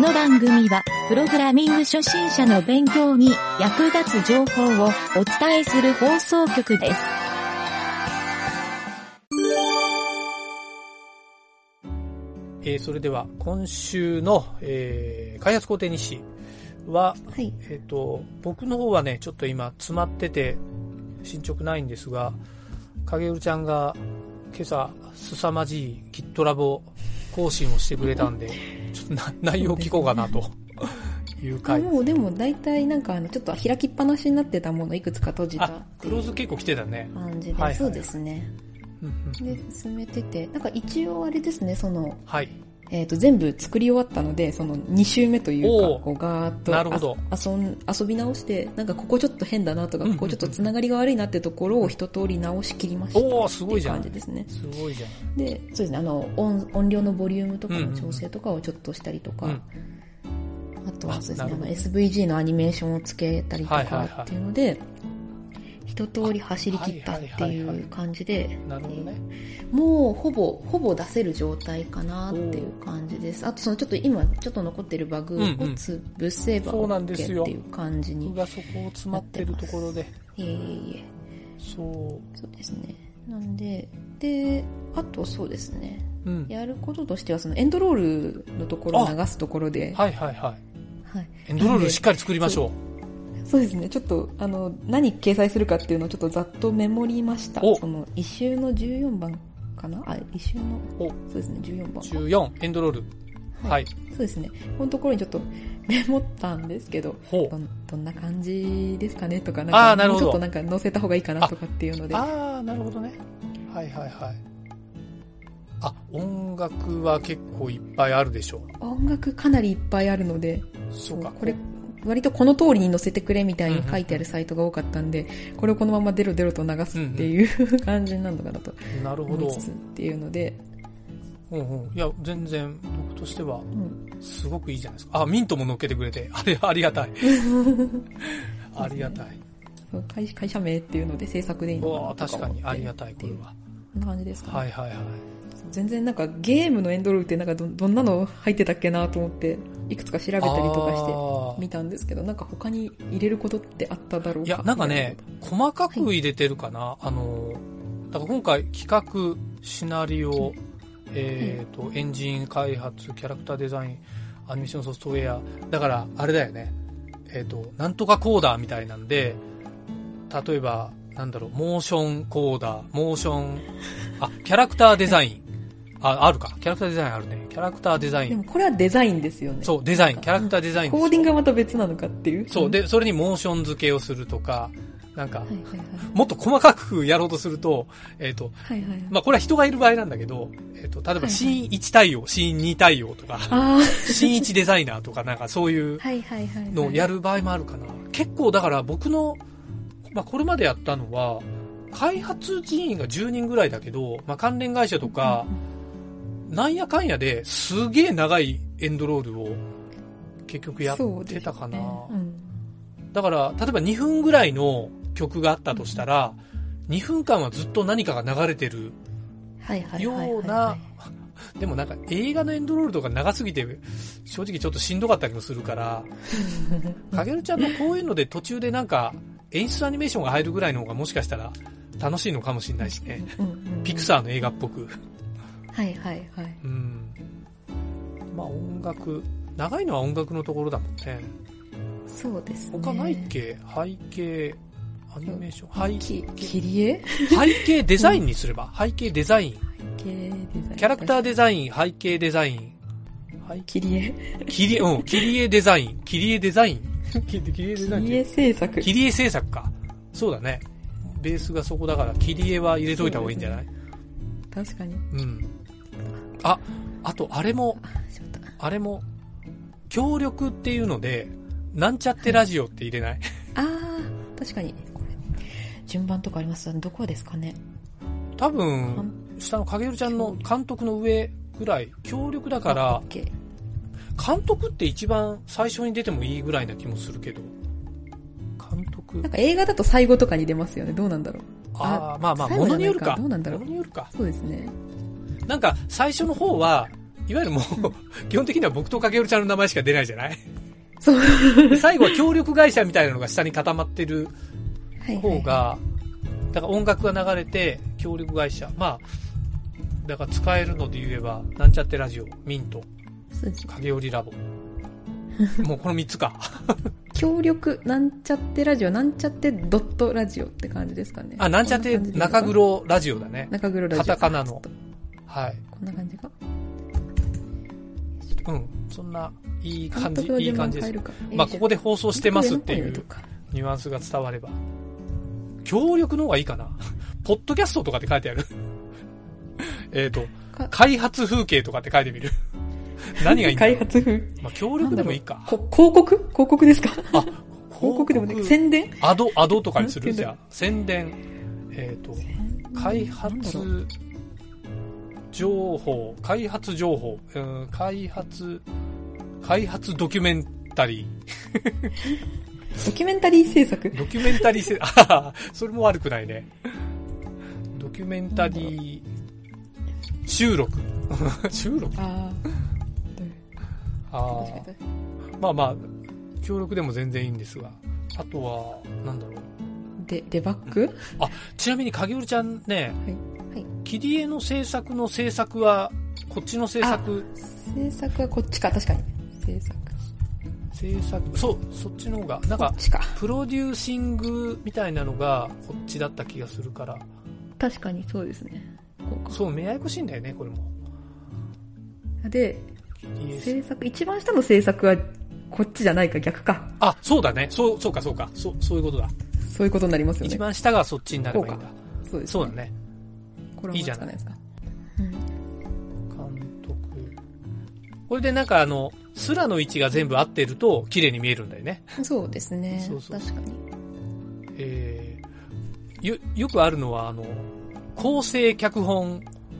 の番組は、プログラミング初心者の勉強に役立つ情報をお伝えする放送局です。 それでは、今週の、開発工程日誌は、 はい、 僕の方はね、ちょっと今詰まってて進捗ないんですが、影浦ちゃんが今朝凄まじい GitLab 更新をしてくれたんで、ちょっと内容を聞こうかなという回。 もうでも大体なんかちょっと開きっぱなしになってたものいくつか閉じた。 クローズ結構来てたね。 感じで、はいはい、そうですね。で、進めてて、なんか一応あれですね、 はい。 全部作り終わったので、2週目というか、こうガーッとなるほど遊び直して、なんかここちょっと変だなとか、ここちょっとつながりが悪いなってところを一通り直しきりました。 おー、すごいじゃん。 っていう感じですね。 すごいじゃん。 で、そうですね、音量のボリュームとかの調整とかをちょっとしたりとか、あとはそうですね、SVG のアニメーションをつけたりとかっていうので、一通り走り切ったっていう感じで、 なるほどね。 もうほぼ出せる状態かなっていう感じです。あとちょっと今ちょっっと残ってるバグを潰せば OK っていう感じに。 僕がそこを詰まってるところで。 そうですね。なんで、あとそうですね。やることとしてはエンドロールのところを流すところで。 はい。エンドロールしっかり作りましょう。 そうですね。ちょっと、何掲載するかっていうのをちょっとざっとメモりました。一周の14番かな一周の、そうですね、14番。 14、エンドロール。はい。 そうですね。このところにちょっとメモったんですけど、どんな感じですかねとか、なんか、もうちょっとなんか載せた方がいいかなとかっていうので。 なるほどね。はい。音楽は結構いっぱいあるでしょう。 音楽かなりいっぱいあるので、 そうか。 これ、割とこの通りに載せてくれみたいに書いてあるサイトが多かったんで、これをこのままデロデロと流すっていう感じになるのかなと思いつつっていうので。 いや、全然僕としてはすごくいいじゃないですか。ミントも乗っけてくれて、ありがたい。ありがたい。 会社名っていうので制作でいいのかなとか確かにありがたい、これは。 こんな感じですかね。 はい。 全然なんかゲームのエンドロールってなんかどんなの入ってたっけなと思っていくつか調べたりとかして見たんですけど、なんか他に入れることってあっただろうか。 いや、なんかね、細かく入れてるかな。だから今回企画、シナリオ、エンジン開発、キャラクターデザイン、アニメーションソフトウェア。だから、あれだよね。なんとかコーダーみたいなんで、例えば、モーションコーダー、キャラクターデザイン。あるか。キャラクターデザインあるね。キャラクターデザイン。 でもこれはデザインですよね。 そう、デザイン。キャラクターデザイン。 コーディングがまた別なのかっていう。 そう。で、それにモーション付けをするとか、なんか、もっと細かくやろうとすると、まあ、これは人がいる場合なんだけど、例えばシーン1対応、シーン2対応とか、シーン1デザイナーとか、なんかそういうのをやる場合もあるかな。結構だから僕の、まあ、これまでやったのは、開発人員が10人ぐらいだけど、まあ、関連会社とか、なんやかんやですげえ長いエンドロールを結局やってたかな。だから、例えば2分ぐらいの曲があったとしたら、2分間はずっと何かが流れてるような、でもなんか映画のエンドロールとか長すぎて、正直ちょっとしんどかったりもするから、かげるちゃんのこういうので途中でなんか演出アニメーションが入るぐらいの方がもしかしたら楽しいのかもしれないしね。ピクサーの映画っぽく。まあ音楽、長いのは音楽のところだもんね。 そうですね。 他ないっけ？背景、アニメーション、背景。 切り絵？ 背景デザインにすれば。背景デザイン。キャラクターデザイン、背景デザイン。 切り絵？ 切り絵デザイン。切り絵デザイン。切り絵デザイン。 切り絵制作。 切り絵制作か。そうだね。ベースがそこだから切り絵は入れといた方がいいんじゃない？ 確かに。 あと、あれも、協力っていうので、なんちゃってラジオって入れない？ 確かに。これ、順番とかあります？どこですかね？ 多分、下の影るちゃんの監督の上ぐらい、協力だから、監督って一番最初に出てもいいぐらいな気もするけど、監督。 なんか映画だと最後とかに出ますよね。どうなんだろう。 まあ、ものによるか。 どうなんだろう。 ものによるか。 そうですね。 なんか、最初の方は、 いわゆるもう、基本的には僕とかけおるちゃんの名前しか出ないじゃない？ そう。 で最後は協力会社みたいなのが下に固まってる方が、だから音楽が流れて、協力会社。まあ、だから使えるので言えば、なんちゃってラジオ、ミント、影織ラボ。もうこの3つか。 協力、なんちゃってラジオ、なんちゃってドットラジオって感じですかね。 あ、なんちゃって中黒ラジオだね。 中黒ラジオ。 カタカナの。はい。 こんな感じか。 うん。そんな、いい感じです。まあ、ここで放送してますっていうニュアンスが伝われば。協力の方がいいかな。ポッドキャストとかって書いてある。開発風景とかって書いてみる。何がいいんだろう。 開発風。 まあ、協力でもいいか。 広告ですか？あ、広告でもね、宣伝？ アドとかにする？じゃあ、宣伝。開発情報、開発ドキュメンタリー。 ドキュメンタリー制作？ ドキュメンタリー制作、それも悪くないね。ドキュメンタリー収録。収録？まあまあ、協力でも全然いいんですが。あとは、なんだろう。 デバッグ？ あ、ちなみに影織ちゃんね、はい。切り絵の制作は、こっちの制作。 制作はこっちか、確かに。制作。 そっちの方が、なんか、プロデューシングみたいなのが、こっちだった気がするから。 確かにそうですね。 そう、ややこしいんだよね、これも。 で、制作、一番下の制作は、こっちじゃないか、逆か。 あ、そうだね。そうか。そういうことだ。 そういうことになりますよね。 一番下がそっちになればいいんだ。 そうですね。 そうだね。 これいいじゃないですか。 監督。これでなんかスラの位置が全部合ってると綺麗に見えるんだよね。そうですね。そう確かに。よくあるのは構成脚本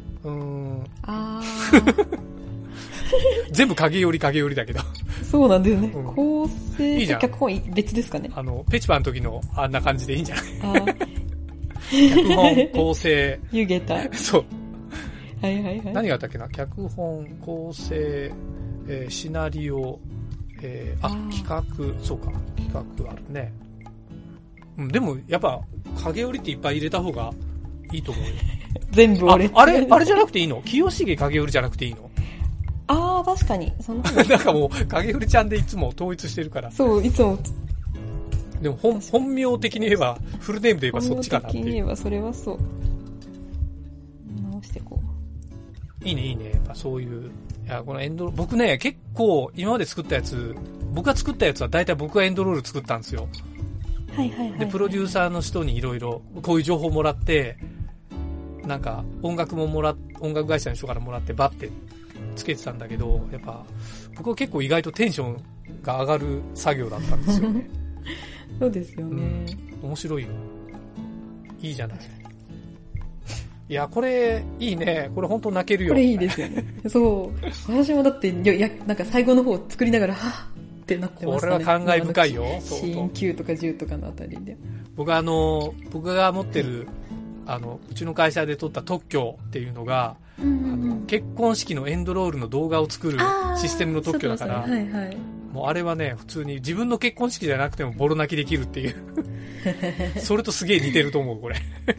全部影織だけど。 そうなんですね。構成と脚本別ですかね。 ペチパの時のあんな感じでいいんじゃない脚本、構成。 湯気た。 そう。 はい。 何があったっけな？脚本、構成、シナリオ、企画、そうか。企画あるね。うん、でも、やっぱ、影織っていっぱい入れた方がいいと思うよ。 全部俺。 あれじゃなくていいの？清重影織じゃなくていいの？ 確かに。 なんかもう、影織ちゃんでいつも統一してるから。 そう、いつも。 でも本名的に言えば、フルネームで言えばそっちかなっていう。 本名的に言えばそれはそう。直してこう。いいね。やっぱそういう。いや、このエンドロール、僕ね、結構今まで作ったやつ、僕が作ったやつは大体僕がエンドロール作ったんですよ。 はい。 で、プロデューサーの人にいろいろこういう情報もらって、なんか音楽会社の人からもらってバッてつけてたんだけど、やっぱ僕は結構意外とテンションが上がる作業だったんですよね。 そうですよね、 面白いよ。いいじゃない。いや、これいいね。これ本当泣けるよ。 これいいですよね。そう。私もだってなんか最後の方作りながらはぁってなってましたね。 これは感慨深いよ。 シーン9とか10とかのあたりで。 僕が持ってるうちの会社で撮った特許っていうのが、結婚式のエンドロールの動画を作るシステムの特許だから、もうあれはね、普通に自分の結婚式じゃなくてもボロ泣きできるっていう。それとすげえ似てると思う、これ。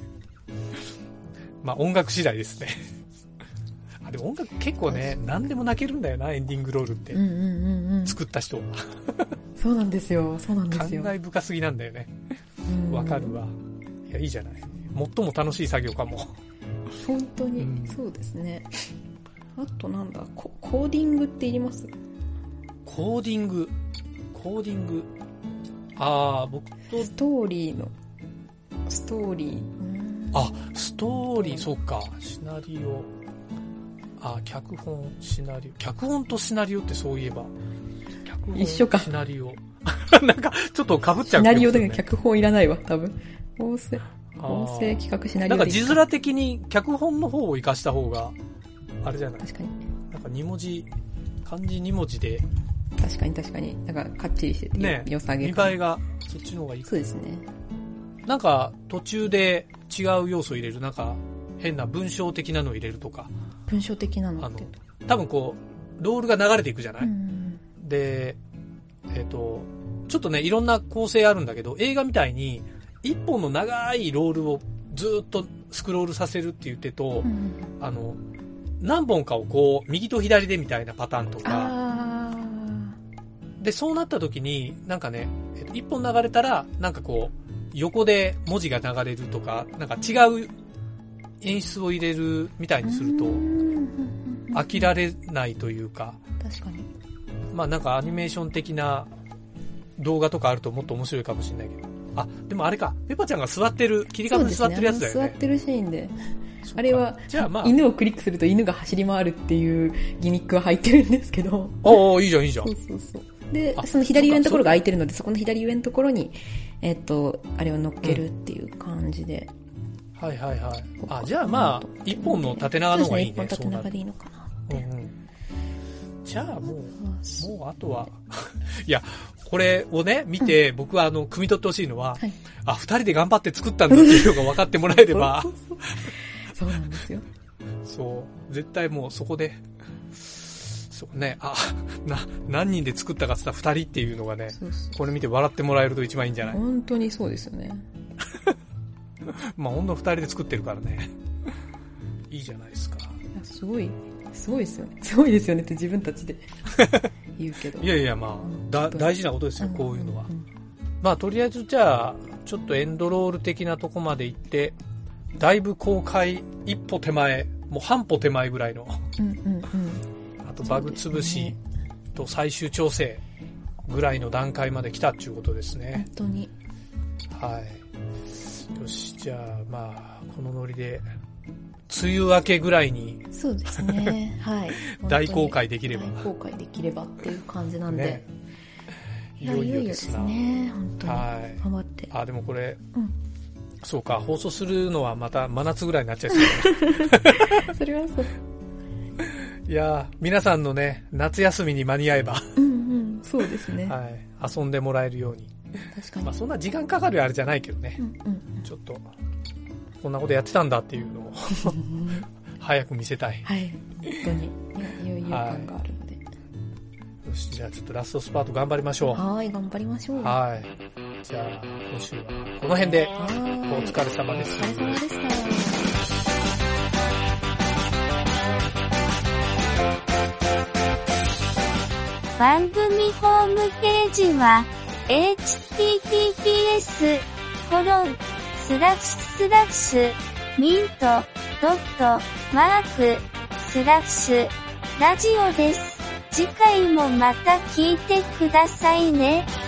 まあ音楽次第ですね。でも音楽結構ね、何でも泣けるんだよな、エンディングロールって。作った人は。 そうなんですよ。感慨深すぎなんだよね。わかるわ。いや、いいじゃない。最も楽しい作業かも。 本当に、そうですね。あとなんだ、コーディングって言います？ コーディング。僕と。 ストーリー。ストーリー、そうか。シナリオ。脚本、シナリオ。脚本とシナリオってそういえば。 一緒か。 シナリオ。なんか、ちょっと被っちゃう、ね。 シナリオだけど脚本いらないわ、多分。構成企画シナリオ。 なんか字面的に脚本の方を活かした方が、あれじゃない？ 確かに。 なんか漢字2文字で。 確かに。なんかかっちりしてて、 ね、 良さげ。 見栄えがそっちの方がいい。 そうですね。 なんか途中で違う要素入れる、なんか変な文章的なの入れるとか。 文章的なのって多分こう、ロールが流れていくじゃない、で、ちょっとね、いろんな構成あるんだけど、映画みたいに、一本の長いロールをずっとスクロールさせるっていう手と、何本かをこう、右と左でみたいなパターンとか、で、そうなった時に、なんかね、一本流れたら、なんかこう、横で文字が流れるとか、なんか違う演出を入れるみたいにすると、飽きられないというか、 確かに。 まあなんかアニメーション的な動画とかあるともっと面白いかもしれないけど。あ、でもあれか、ペパちゃんが座ってる、切り株で座ってるやつだよね。 座ってるシーンで。あれは、じゃあまあ、犬をクリックすると犬が走り回るっていうギミックが入ってるんですけど。 おー、いいじゃんいいじゃん。 そうそうそう。で、その左上のところが空いてるので、そこの左上のところに、あれを乗っけるっていう感じで。 はいはいはい。あ、じゃあまあ、一本の縦長の方がいいね。 一本縦長でいいのかなって。 じゃあもうあとは、いや、これをね、見て、僕は汲み取ってほしいのは、あ、二人で頑張って作ったんだっていうのが分かってもらえれば。 そうなんですよ。 そう。絶対もうそこで、そうね、何人で作ったかって言ったら二人っていうのがね、これ見て笑ってもらえると一番いいんじゃない？ 本当にそうですよね。 まあ、ほんの二人で作ってるからね。いいじゃないですか。 すごいですよね。すごいですよねって自分たちで言うけど。 いやいや、まあ、大事なことですよ、こういうのは。まあ、とりあえずじゃあ、ちょっとエンドロール的なとこまで行って、だいぶ公開一歩手前、もう半歩手前ぐらいの。あと、バグ潰しと最終調整ぐらいの段階まで来たっていうことですね。 本当に。 はい。よし、じゃあ、まあ、このノリで、梅雨明けぐらいに。 そうですね。はい。 大公開できれば。 大公開できればっていう感じなんで。ね、 いよいよですね。本当に。 はい。 頑張って。 あ、でもこれ、そうか、放送するのはまた真夏ぐらいになっちゃいそうだね。それはそう。 いや皆さんのね、夏休みに間に合えば。 そうですね。 はい。遊んでもらえるように。 確かに。 まあそんな時間かかるあれじゃないけどね。ちょっと、こんなことやってたんだっていうのを早く見せたい。 はい。本当に。余裕感があるので。 よし、じゃあちょっとラストスパート頑張りましょう。 はい、頑張りましょう。 はい。じゃあ、今週はこの辺で、お疲れ様です。 お疲れ様でした。 番組ホームページは https://mint.mark/ラジオです。次回もまた聞いてくださいね。